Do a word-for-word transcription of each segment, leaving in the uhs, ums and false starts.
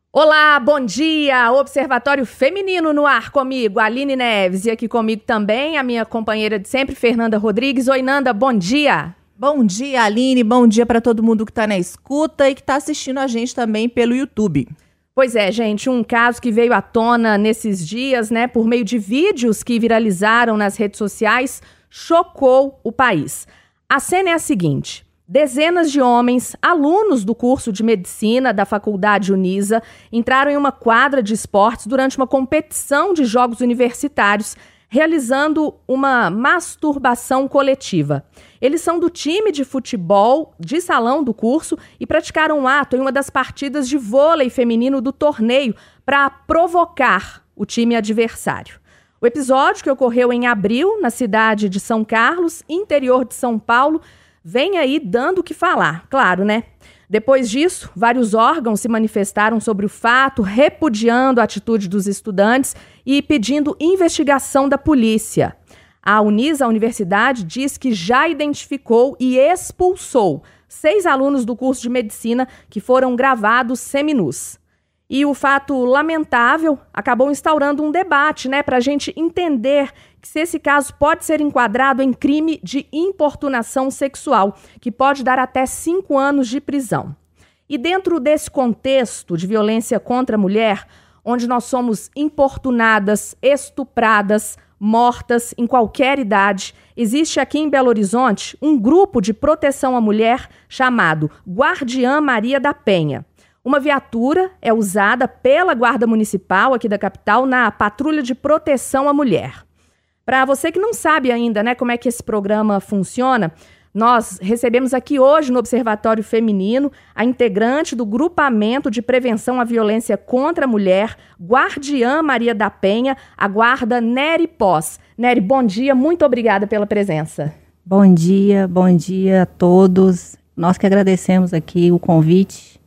Olá, bom dia! Observatório Feminino no ar comigo, Aline Neves. E aqui comigo também a minha companheira de sempre, Fernanda Rodrigues. Oi, Nanda, bom dia! Bom dia, Aline. Bom dia para todo mundo que está na escuta e que está assistindo a gente também pelo YouTube. Pois é, gente, um caso que veio à tona nesses dias, né, por meio de vídeos que viralizaram nas redes sociais, chocou o país. A cena é a seguinte: dezenas de homens, alunos do curso de medicina da Faculdade Unisa, entraram em uma quadra de esportes durante uma competição de jogos universitários, realizando uma masturbação coletiva. Eles são do time de futebol de salão do curso e praticaram um ato em uma das partidas de vôlei feminino do torneio para provocar o time adversário. O episódio, que ocorreu em abril, na cidade de São Carlos, interior de São Paulo, vem aí dando o que falar, claro, né? Depois disso, vários órgãos se manifestaram sobre o fato, repudiando a atitude dos estudantes e pedindo investigação da polícia. A Unisa, a universidade, diz que já identificou e expulsou seis alunos do curso de medicina que foram gravados seminus. E o fato lamentável acabou instaurando um debate, né, para a gente entender que se esse caso pode ser enquadrado em crime de importunação sexual, que pode dar até cinco anos de prisão. E dentro desse contexto de violência contra a mulher, onde nós somos importunadas, estupradas, mortas em qualquer idade, existe aqui em Belo Horizonte um grupo de proteção à mulher chamado Guardiã Maria da Penha. Uma viatura é usada pela Guarda Municipal aqui da capital na patrulha de proteção à mulher. Para você que não sabe ainda, né, como é que esse programa funciona, nós recebemos aqui hoje no Observatório Feminino a integrante do Grupamento de Prevenção à Violência contra a Mulher, Guardiã Maria da Penha, a guarda Nery Pós. Nery, bom dia, muito obrigada pela presença. Bom dia, bom dia a todos. Nós que agradecemos aqui o convite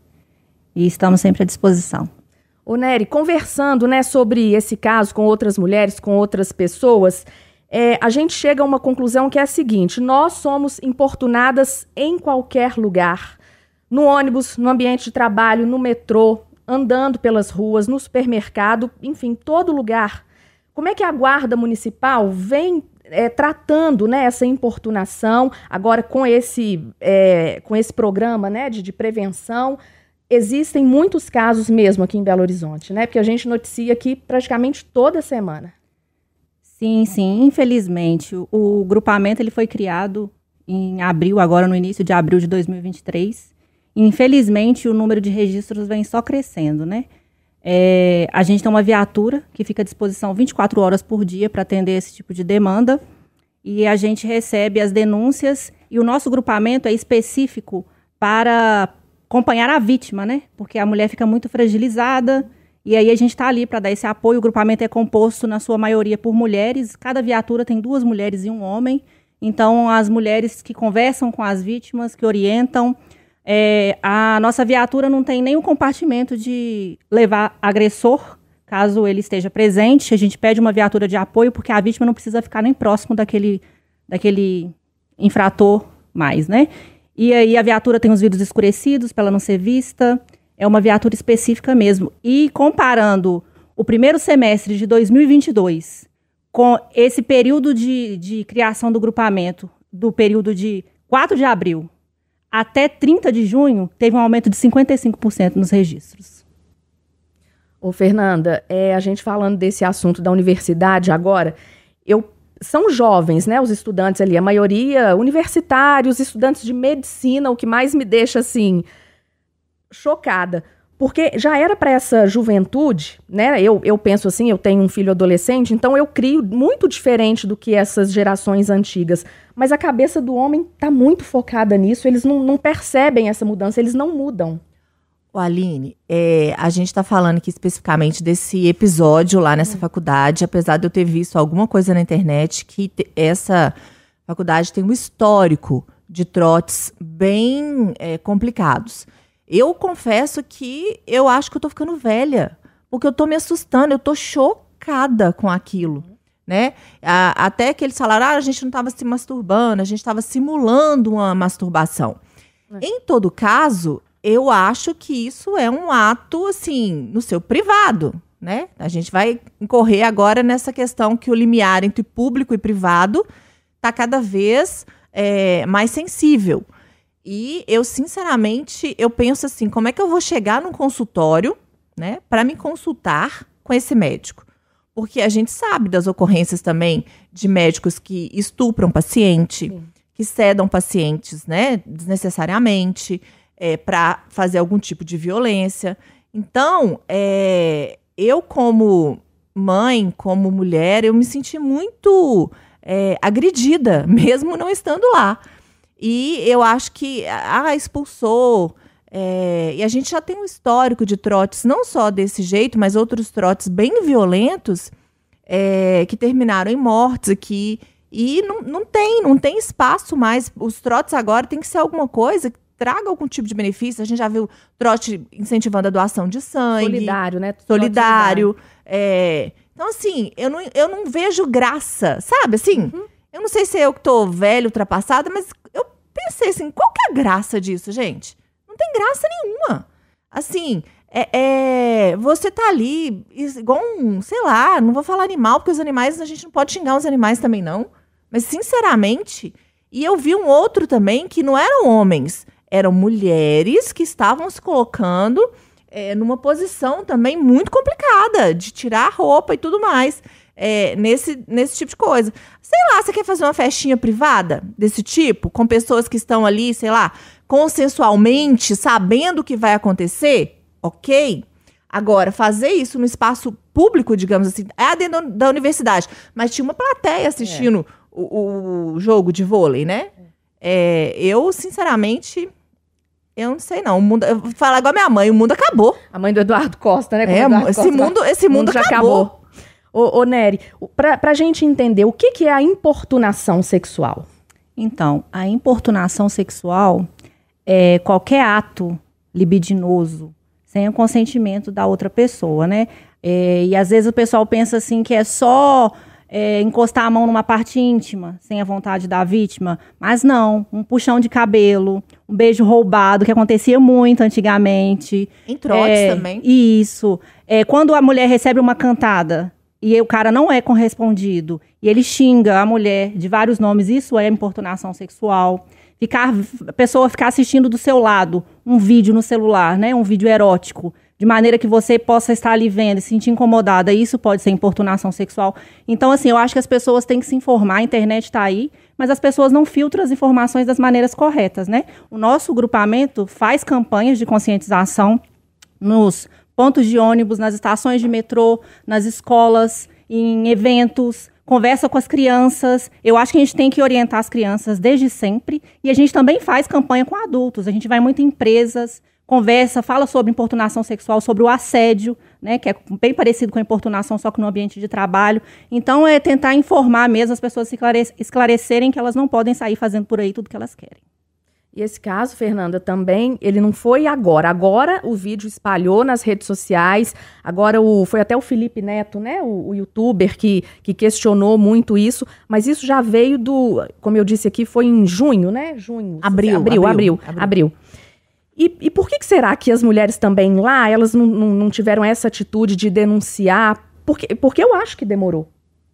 e estamos sempre à disposição. Ô Nery, conversando, né, sobre esse caso com outras mulheres, com outras pessoas, é, a gente chega a uma conclusão que é a seguinte: nós somos importunadas em qualquer lugar, no ônibus, no ambiente de trabalho, no metrô, andando pelas ruas, no supermercado, enfim, todo lugar. Como é que a Guarda Municipal vem é, tratando, né, essa importunação, agora com esse, é, com esse programa, né, de, de prevenção? Existem muitos casos mesmo aqui em Belo Horizonte, né? Porque a gente noticia aqui praticamente toda semana. Sim, sim. Infelizmente, o, o grupamento ele foi criado em abril, agora no início de abril de dois mil e vinte e três. E, infelizmente, o número de registros vem só crescendo, né? É, a gente tem uma viatura que fica à disposição vinte e quatro horas por dia para atender esse tipo de demanda. E a gente recebe as denúncias e o nosso grupamento é específico para acompanhar a vítima, né? Porque a mulher fica muito fragilizada e aí a gente está ali para dar esse apoio. O grupamento é composto, na sua maioria, por mulheres. Cada viatura tem duas mulheres e um homem. Então, as mulheres que conversam com as vítimas, que orientam. É, a nossa viatura não tem nenhum compartimento de levar agressor, caso ele esteja presente. A gente pede uma viatura de apoio, porque a vítima não precisa ficar nem próximo daquele, daquele infrator mais, né? E aí a viatura tem os vidros escurecidos para ela não ser vista. É uma viatura específica mesmo. E comparando o primeiro semestre de dois mil e vinte e dois com esse período de, de criação do grupamento, do período de quatro de abril até trinta de junho, teve um aumento de cinquenta e cinco por cento nos registros. Ô Fernanda, é, a gente falando desse assunto da universidade agora, eu são jovens, né, os estudantes ali, a maioria universitários, estudantes de medicina, o que mais me deixa, assim, chocada. Porque já era para essa juventude, né, eu, eu penso assim, eu tenho um filho adolescente, então eu crio muito diferente do que essas gerações antigas. Mas a cabeça do homem está muito focada nisso, eles não, não percebem essa mudança, eles não mudam. Ô, Aline, é, a gente está falando aqui especificamente desse episódio lá nessa hum. faculdade, apesar de eu ter visto alguma coisa na internet que te, essa faculdade tem um histórico de trotes bem é, complicados. Eu confesso que eu acho que eu tô ficando velha, porque eu tô me assustando, eu tô chocada com aquilo, né? A, até que eles falaram, ah, a gente não estava se masturbando, a gente estava simulando uma masturbação. É. Em todo caso, eu acho que isso é um ato, assim, no seu privado, né? A gente vai incorrer agora nessa questão que o limiar entre público e privado está cada vez é, mais sensível. E eu, sinceramente, eu penso assim, como é que eu vou chegar num consultório, né, para me consultar com esse médico? Porque a gente sabe das ocorrências também de médicos que estupram paciente, Sim. que sedam pacientes, né, desnecessariamente, é, para fazer algum tipo de violência. Então, é, eu como mãe, como mulher, eu me senti muito é, agredida, mesmo não estando lá. E eu acho que, ah, expulsou... É, e a gente já tem um histórico de trotes, não só desse jeito, mas outros trotes bem violentos, é, que terminaram em mortes aqui. E não, não tem, não tem espaço mais. Os trotes agora tem que ser alguma coisa que traga algum tipo de benefício. A gente já viu trote incentivando a doação de sangue. Solidário, né? Solidário. É, então, assim, eu não, eu não vejo graça, sabe? Assim, uhum. eu não sei se é eu que tô velho, ultrapassada, mas eu pensei assim, qual que é a graça disso, gente? Não tem graça nenhuma. Assim, é, é, você tá ali igual um, sei lá, não vou falar animal, porque os animais, a gente não pode xingar os animais também, não. Mas, sinceramente, e eu vi um outro também que não eram homens, eram mulheres que estavam se colocando é, numa posição também muito complicada, de tirar a roupa e tudo mais, é, nesse, nesse tipo de coisa. Sei lá, você quer fazer uma festinha privada desse tipo, com pessoas que estão ali, sei lá, consensualmente, sabendo o que vai acontecer, ok. Agora, fazer isso no espaço público, digamos assim, é dentro da universidade, mas tinha uma plateia assistindo é. o, o jogo de vôlei, né? É, eu, sinceramente, eu não sei não. O mundo, eu vou falar igual a minha mãe, o mundo acabou. A mãe do Eduardo Costa, né? É, Eduardo esse, Costa, mundo, esse mundo, mundo já acabou. acabou. Ô, ô Nery, pra, pra gente entender, o que, que é a importunação sexual? Então, a importunação sexual... É, qualquer ato libidinoso sem o consentimento da outra pessoa, né? É, e às vezes o pessoal pensa assim que é só é, encostar a mão numa parte íntima, sem a vontade da vítima, mas não, um puxão de cabelo, um beijo roubado, que acontecia muito antigamente. Em trotes é, também. Isso. É, quando a mulher recebe uma cantada e o cara não é correspondido, e ele xinga a mulher de vários nomes, isso é importunação sexual. Ficar, a pessoa ficar assistindo do seu lado um vídeo no celular, né, um vídeo erótico, de maneira que você possa estar ali vendo e se sentir incomodada, isso pode ser importunação sexual. Então, assim, eu acho que as pessoas têm que se informar, a internet está aí, mas as pessoas não filtram as informações das maneiras corretas, né? O nosso grupamento faz campanhas de conscientização nos pontos de ônibus, nas estações de metrô, nas escolas, em eventos, conversa com as crianças. Eu acho que a gente tem que orientar as crianças desde sempre. E a gente também faz campanha com adultos. A gente vai muito em empresas, conversa, fala sobre importunação sexual, sobre o assédio, né, que é bem parecido com a importunação, só que no ambiente de trabalho. Então, é tentar informar mesmo as pessoas se esclarecerem que elas não podem sair fazendo por aí tudo que elas querem. E esse caso, Fernanda, também, ele não foi agora. Agora o vídeo espalhou nas redes sociais. Agora o, foi até o Felipe Neto, né, o, o youtuber, que, que questionou muito isso. Mas isso já veio do, como eu disse aqui, foi em junho, né? Junho. Abril. Abril, abril. abril, abril. E, e por que, que será que as mulheres também lá, elas não, não, não tiveram essa atitude de denunciar? Porque, porque eu acho que demorou.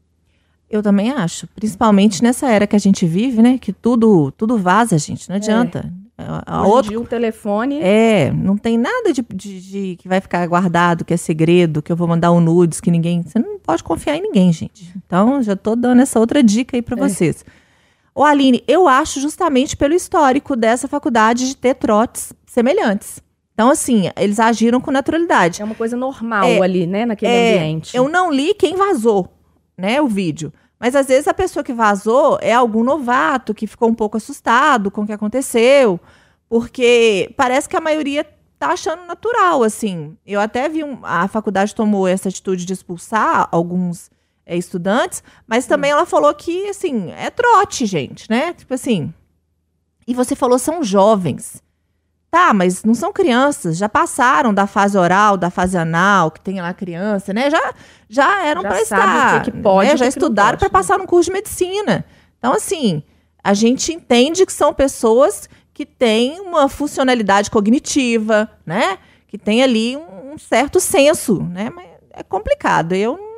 Eu também acho, principalmente nessa era que a gente vive, né, que tudo, tudo vaza, gente, não adianta. É. A, a Hoje outro, em dia, o telefone... É, não tem nada de, de, de que vai ficar guardado, que é segredo, que eu vou mandar um nudes, que ninguém... Você não pode confiar em ninguém, gente. Então, já tô dando essa outra dica aí para é. vocês. Ô, Aline, eu acho justamente pelo histórico dessa faculdade de ter trotes semelhantes. Então, assim, eles agiram com naturalidade. É uma coisa normal é, ali, né, naquele é, ambiente. Eu não li quem vazou, né, o vídeo. Mas, às vezes, a pessoa que vazou é algum novato que ficou um pouco assustado com o que aconteceu, porque parece que a maioria tá achando natural, assim. Eu até vi, um, a faculdade tomou essa atitude de expulsar alguns é, estudantes, mas também hum. ela falou que, assim, é trote, gente, né? Tipo assim, e você falou, são jovens. Tá, mas não são crianças, já passaram da fase oral, da fase anal, que tem lá criança, né? Já, já eram para estar, o que, que pode, né? Já que estudaram para passar num curso de medicina. Então, assim, a gente entende que são pessoas que tem uma funcionalidade cognitiva, né? Que tem ali um, um certo senso, né? Mas é complicado. Eu não,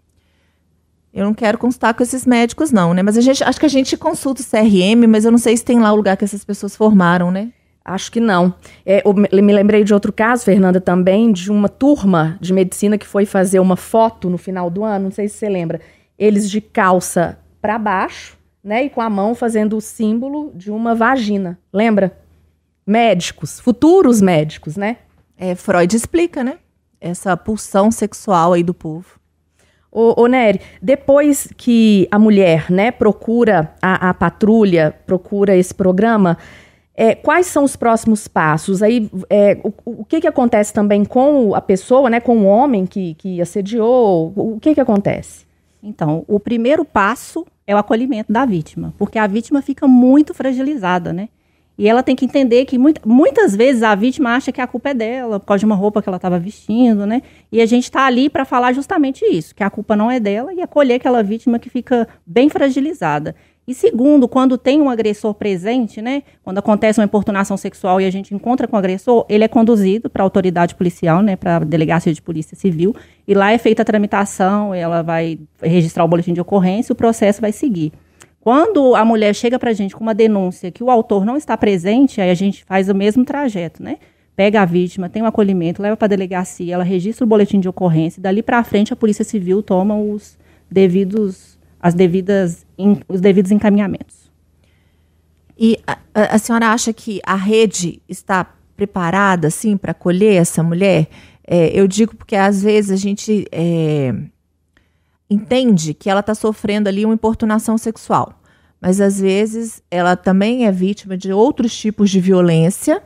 eu não quero consultar com esses médicos, não, né? Mas a gente, acho que a gente consulta o C R M, mas eu não sei se tem lá o lugar que essas pessoas formaram, né? Acho que não. É, eu me lembrei de outro caso, Fernanda, também, de uma turma de medicina que foi fazer uma foto no final do ano, não sei se você lembra, eles de calça para baixo, né, e com a mão fazendo o símbolo de uma vagina, lembra? Médicos, futuros médicos, né? É, Freud explica, né? Essa pulsão sexual aí do povo. Ô, ô Nery, depois que a mulher, né, procura a, a patrulha, procura esse programa, É, quais são os próximos passos? Aí, é, o, o que, que acontece também com a pessoa, né, com o homem que, que assediou? O que, que acontece? Então, o primeiro passo é o acolhimento da vítima, porque a vítima fica muito fragilizada, né? E ela tem que entender que muito, muitas vezes a vítima acha que a culpa é dela, por causa de uma roupa que ela estava vestindo, né? E a gente está ali para falar justamente isso, que a culpa não é dela e acolher aquela vítima que fica bem fragilizada. E segundo, quando tem um agressor presente, né, quando acontece uma importunação sexual e a gente encontra com o agressor, ele é conduzido para a autoridade policial, né, para a delegacia de polícia civil, e lá é feita a tramitação, ela vai registrar o boletim de ocorrência e o processo vai seguir. Quando a mulher chega para a gente com uma denúncia que o autor não está presente, aí a gente faz o mesmo trajeto, né? Pega a vítima, tem um acolhimento, leva para a delegacia, ela registra o boletim de ocorrência, e dali para frente a polícia civil toma os devidos... As devidas, os devidos encaminhamentos. E a, a senhora acha que a rede está preparada, assim, para acolher essa mulher? É, eu digo porque, às vezes, a gente é, entende que ela está sofrendo ali uma importunação sexual. Mas, às vezes, ela também é vítima de outros tipos de violência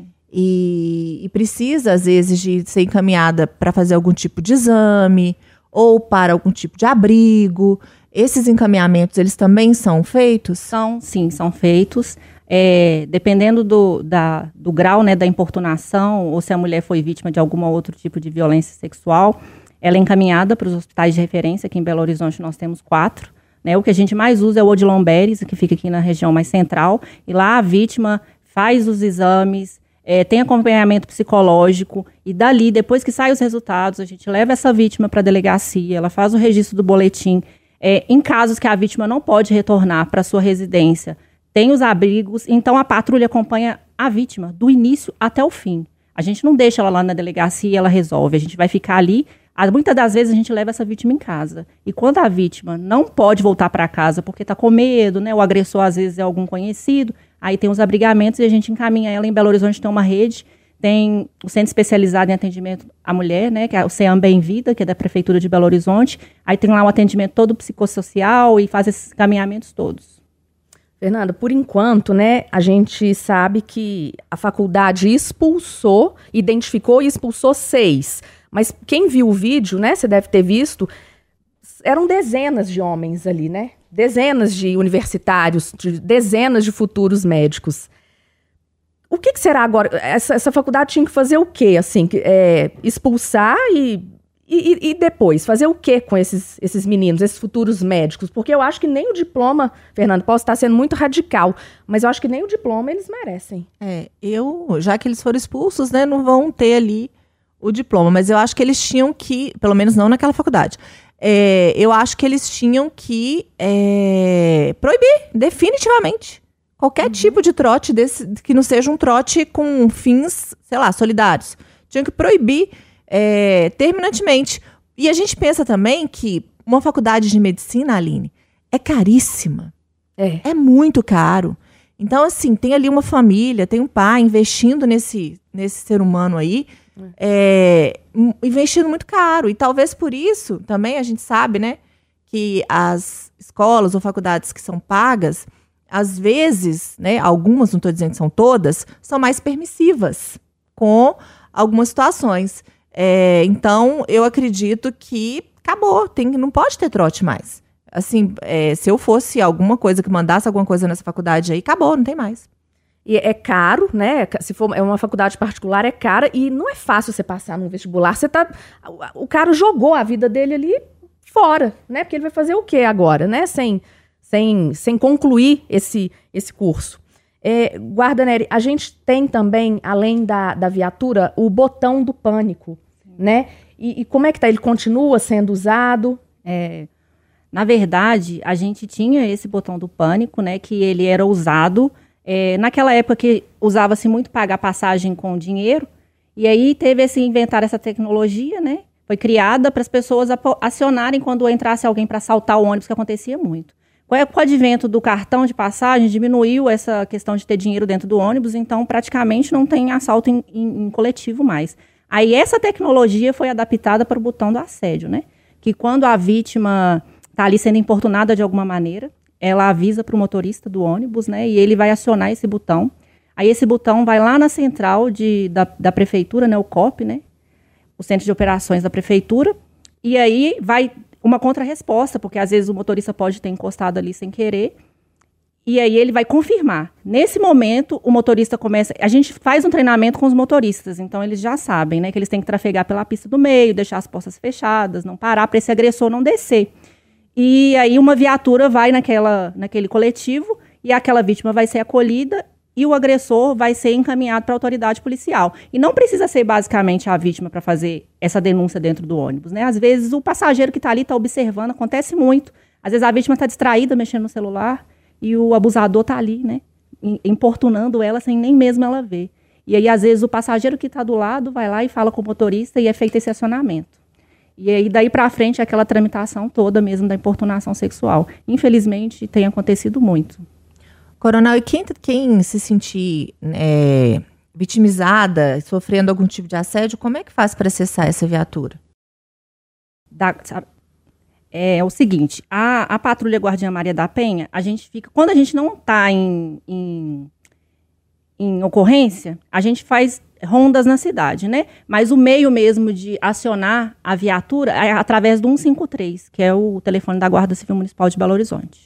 e, e precisa, às vezes, de ser encaminhada para fazer algum tipo de exame ou para algum tipo de abrigo. Esses encaminhamentos, eles também são feitos? São, sim, são feitos. É, dependendo do, da, do grau, né, da importunação, ou se a mulher foi vítima de algum outro tipo de violência sexual, ela é encaminhada para os hospitais de referência. Aqui em Belo Horizonte nós temos quatro. Né, o que a gente mais usa é o Odilon Beres, que fica aqui na região mais central. E lá a vítima faz os exames, é, tem acompanhamento psicológico. E dali, depois que saem os resultados, a gente leva essa vítima para a delegacia, ela faz o registro do boletim. É, em casos que a vítima não pode retornar para sua residência, tem os abrigos, então a patrulha acompanha a vítima do início até o fim. A gente não deixa ela lá na delegacia e ela resolve, a gente vai ficar ali. Muitas das vezes a gente leva essa vítima em casa. E quando a vítima não pode voltar para casa porque está com medo, né, o agressor às vezes é algum conhecido, aí tem os abrigamentos e a gente encaminha ela. Em Belo Horizonte tem uma rede, tem o Centro Especializado em Atendimento à Mulher, né, que é o CEAM Bem-Vida, que é da Prefeitura de Belo Horizonte. Aí tem lá um atendimento todo psicossocial e faz esses caminhamentos todos. Fernanda, por enquanto, né, a gente sabe que a faculdade expulsou, identificou e expulsou seis. Mas quem viu o vídeo, né, você deve ter visto, eram dezenas de homens ali, né? Dezenas de universitários, de dezenas de futuros médicos. O que, que será agora? Essa, essa faculdade tinha que fazer o quê? Assim, é, expulsar e, e, e depois? Fazer o quê com esses, esses meninos, esses futuros médicos? Porque eu acho que nem o diploma, Fernando, posso estar sendo muito radical, mas eu acho que nem o diploma eles merecem. É, eu, já que eles foram expulsos, né, não vão ter ali o diploma, mas eu acho que eles tinham que, pelo menos não naquela faculdade, é, eu acho que eles tinham que é, proibir, definitivamente. Qualquer uhum. tipo de trote desse, que não seja um trote com fins, sei lá, solidários. Tinham que proibir é, terminantemente. E a gente pensa também que uma faculdade de medicina, Aline, é caríssima. É. É muito caro. Então, assim, tem ali uma família, tem um pai investindo nesse, nesse ser humano aí, é, investindo muito caro. E talvez por isso, também a gente sabe, né, que as escolas ou faculdades que são pagas, às vezes, né, algumas, não estou dizendo que são todas, são mais permissivas com algumas situações. É, então, eu acredito que acabou, tem, não pode ter trote mais. Assim, é, se eu fosse alguma coisa que mandasse alguma coisa nessa faculdade aí, acabou, não tem mais. E é caro, né? Se for é uma faculdade particular, é cara e não é fácil você passar num vestibular. Você tá, o cara jogou a vida dele ali fora, né? Porque ele vai fazer o quê agora, né? Sem... Sem, sem concluir esse, esse curso. É, Guarda Nery, a gente tem também, além da, da viatura, o botão do pânico, né? E, e como é que tá? Ele continua sendo usado? É, na verdade, a gente tinha esse botão do pânico, né? Que ele era usado é, naquela época que usava-se muito pagar passagem com dinheiro. E aí teve esse inventar essa tecnologia, né? Foi criada para as pessoas acionarem quando entrasse alguém para assaltar o ônibus, que acontecia muito. Com o advento do cartão de passagem, diminuiu essa questão de ter dinheiro dentro do ônibus, então praticamente não tem assalto em, em, em coletivo mais. Aí essa tecnologia foi adaptada para o botão do assédio, né? Que quando a vítima está ali sendo importunada de alguma maneira, ela avisa para o motorista do ônibus, né? E ele vai acionar esse botão. Aí esse botão vai lá na central de, da, da prefeitura, né? O C O P, né? O Centro de Operações da Prefeitura. E aí vai uma contrarresposta, porque às vezes o motorista pode ter encostado ali sem querer, e aí ele vai confirmar. Nesse momento, o motorista começa... A gente faz um treinamento com os motoristas, então eles já sabem, né, que eles têm que trafegar pela pista do meio, deixar as portas fechadas, não parar para esse agressor não descer. E aí uma viatura vai naquela, naquele coletivo, e aquela vítima vai ser acolhida, e o agressor vai ser encaminhado para a autoridade policial. E não precisa ser basicamente a vítima para fazer essa denúncia dentro do ônibus, né? Às vezes o passageiro que está ali está observando, acontece muito. Às vezes a vítima está distraída, mexendo no celular, e o abusador está ali, né? Importunando ela sem nem mesmo ela ver. E aí, às vezes, o passageiro que está do lado vai lá e fala com o motorista e é feito esse acionamento. E aí, daí para frente, aquela tramitação toda mesmo da importunação sexual. Infelizmente, tem acontecido muito. Coronel, e quem, quem se sentir é, vitimizada, sofrendo algum tipo de assédio, como é que faz para acessar essa viatura? Da, sabe, é o seguinte, a, a Patrulha Guardiã Maria da Penha, a gente fica... Quando a gente não está em, em, em ocorrência, a gente faz rondas na cidade, né? Mas o meio mesmo de acionar a viatura é através do cento e cinquenta e três, que é o telefone da Guarda Civil Municipal de Belo Horizonte.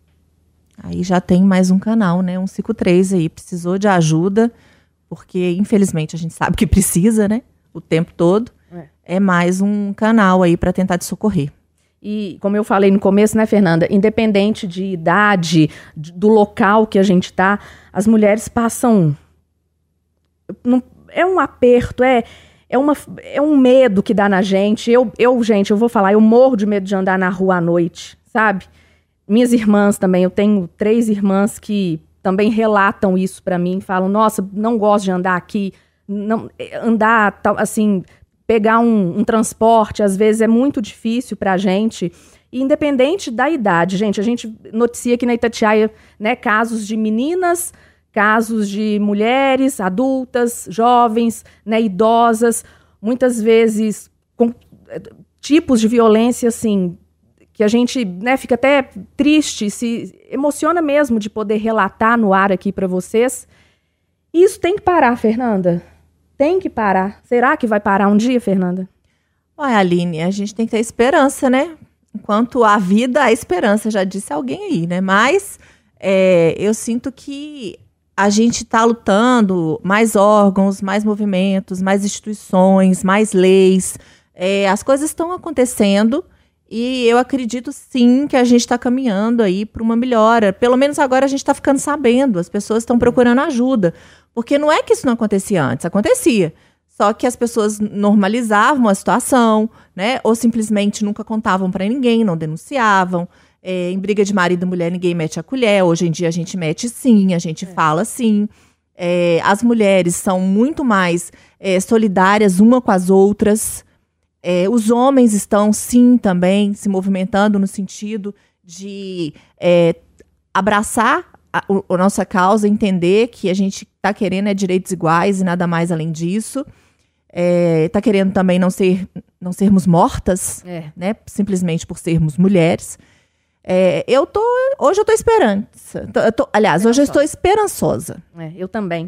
Aí já tem mais um canal, né? um cinco três aí, precisou de ajuda, porque infelizmente a gente sabe que precisa, né? O tempo todo. É, é mais um canal aí para tentar te socorrer. E como eu falei no começo, né, Fernanda? Independente de idade, de, do local que a gente tá, as mulheres passam... Não, é um aperto, é, é, uma, é um medo que dá na gente. Eu, eu, gente, eu vou falar, eu morro de medo de andar na rua à noite, sabe? Minhas irmãs também, eu tenho três irmãs que também relatam isso pra mim, falam, nossa, não gosto de andar aqui, não, andar, assim, pegar um, um transporte, às vezes é muito difícil pra gente, e independente da idade, gente, a gente noticia aqui na Itatiaia, né, casos de meninas, casos de mulheres, adultas, jovens, né, idosas, muitas vezes com tipos de violência, assim, que a gente, né, fica até triste, se emociona mesmo de poder relatar no ar aqui para vocês. E isso tem que parar, Fernanda. Tem que parar. Será que vai parar um dia, Fernanda? Olha, Aline, a gente tem que ter esperança, né? Enquanto há vida, há esperança, já disse alguém aí, né? Mas é, eu sinto que a gente está lutando, mais órgãos, mais movimentos, mais instituições, mais leis. É, as coisas estão acontecendo. E eu acredito, sim, que a gente está caminhando aí para uma melhora. Pelo menos agora a gente está ficando sabendo, as pessoas estão procurando ajuda. Porque não é que isso não acontecia antes, acontecia. Só que as pessoas normalizavam a situação, né? Ou simplesmente nunca contavam para ninguém, não denunciavam. É, em briga de marido e mulher, ninguém mete a colher. Hoje em dia a gente mete sim, a gente é. fala sim. É, as mulheres são muito mais é, solidárias uma com as outras. É, os homens estão, sim, também se movimentando no sentido de é, abraçar a, a nossa causa, entender que a gente está querendo é direitos iguais e nada mais além disso. Está é, querendo também não, ser, não sermos mortas, é. né, simplesmente por sermos mulheres. É, eu tô, hoje eu estou esperança. Eu tô, aliás, hoje eu estou esperançosa. É, eu também.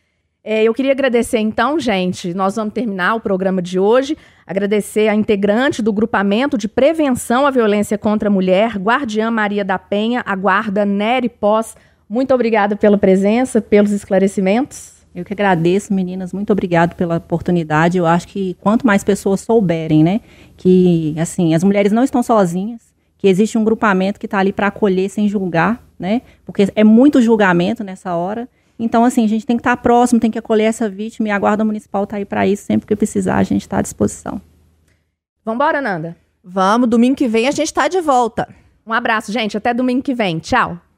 É, eu queria agradecer, então, gente, nós vamos terminar o programa de hoje, agradecer a integrante do Grupamento de Prevenção à Violência contra a Mulher, Guardiã Maria da Penha, a Guarda Nery Pós. Muito obrigada pela presença, pelos esclarecimentos. Eu que agradeço, meninas, muito obrigado pela oportunidade. Eu acho que quanto mais pessoas souberem, né, que, assim, as mulheres não estão sozinhas, que existe um grupamento que está ali para acolher sem julgar, né, porque é muito julgamento nessa hora. Então, assim, a gente tem que estar próximo, tem que acolher essa vítima e a Guarda Municipal está aí para isso. Sempre que precisar, a gente está à disposição. Vambora, Nanda? Vamos, domingo que vem a gente está de volta. Um abraço, gente. Até domingo que vem. Tchau.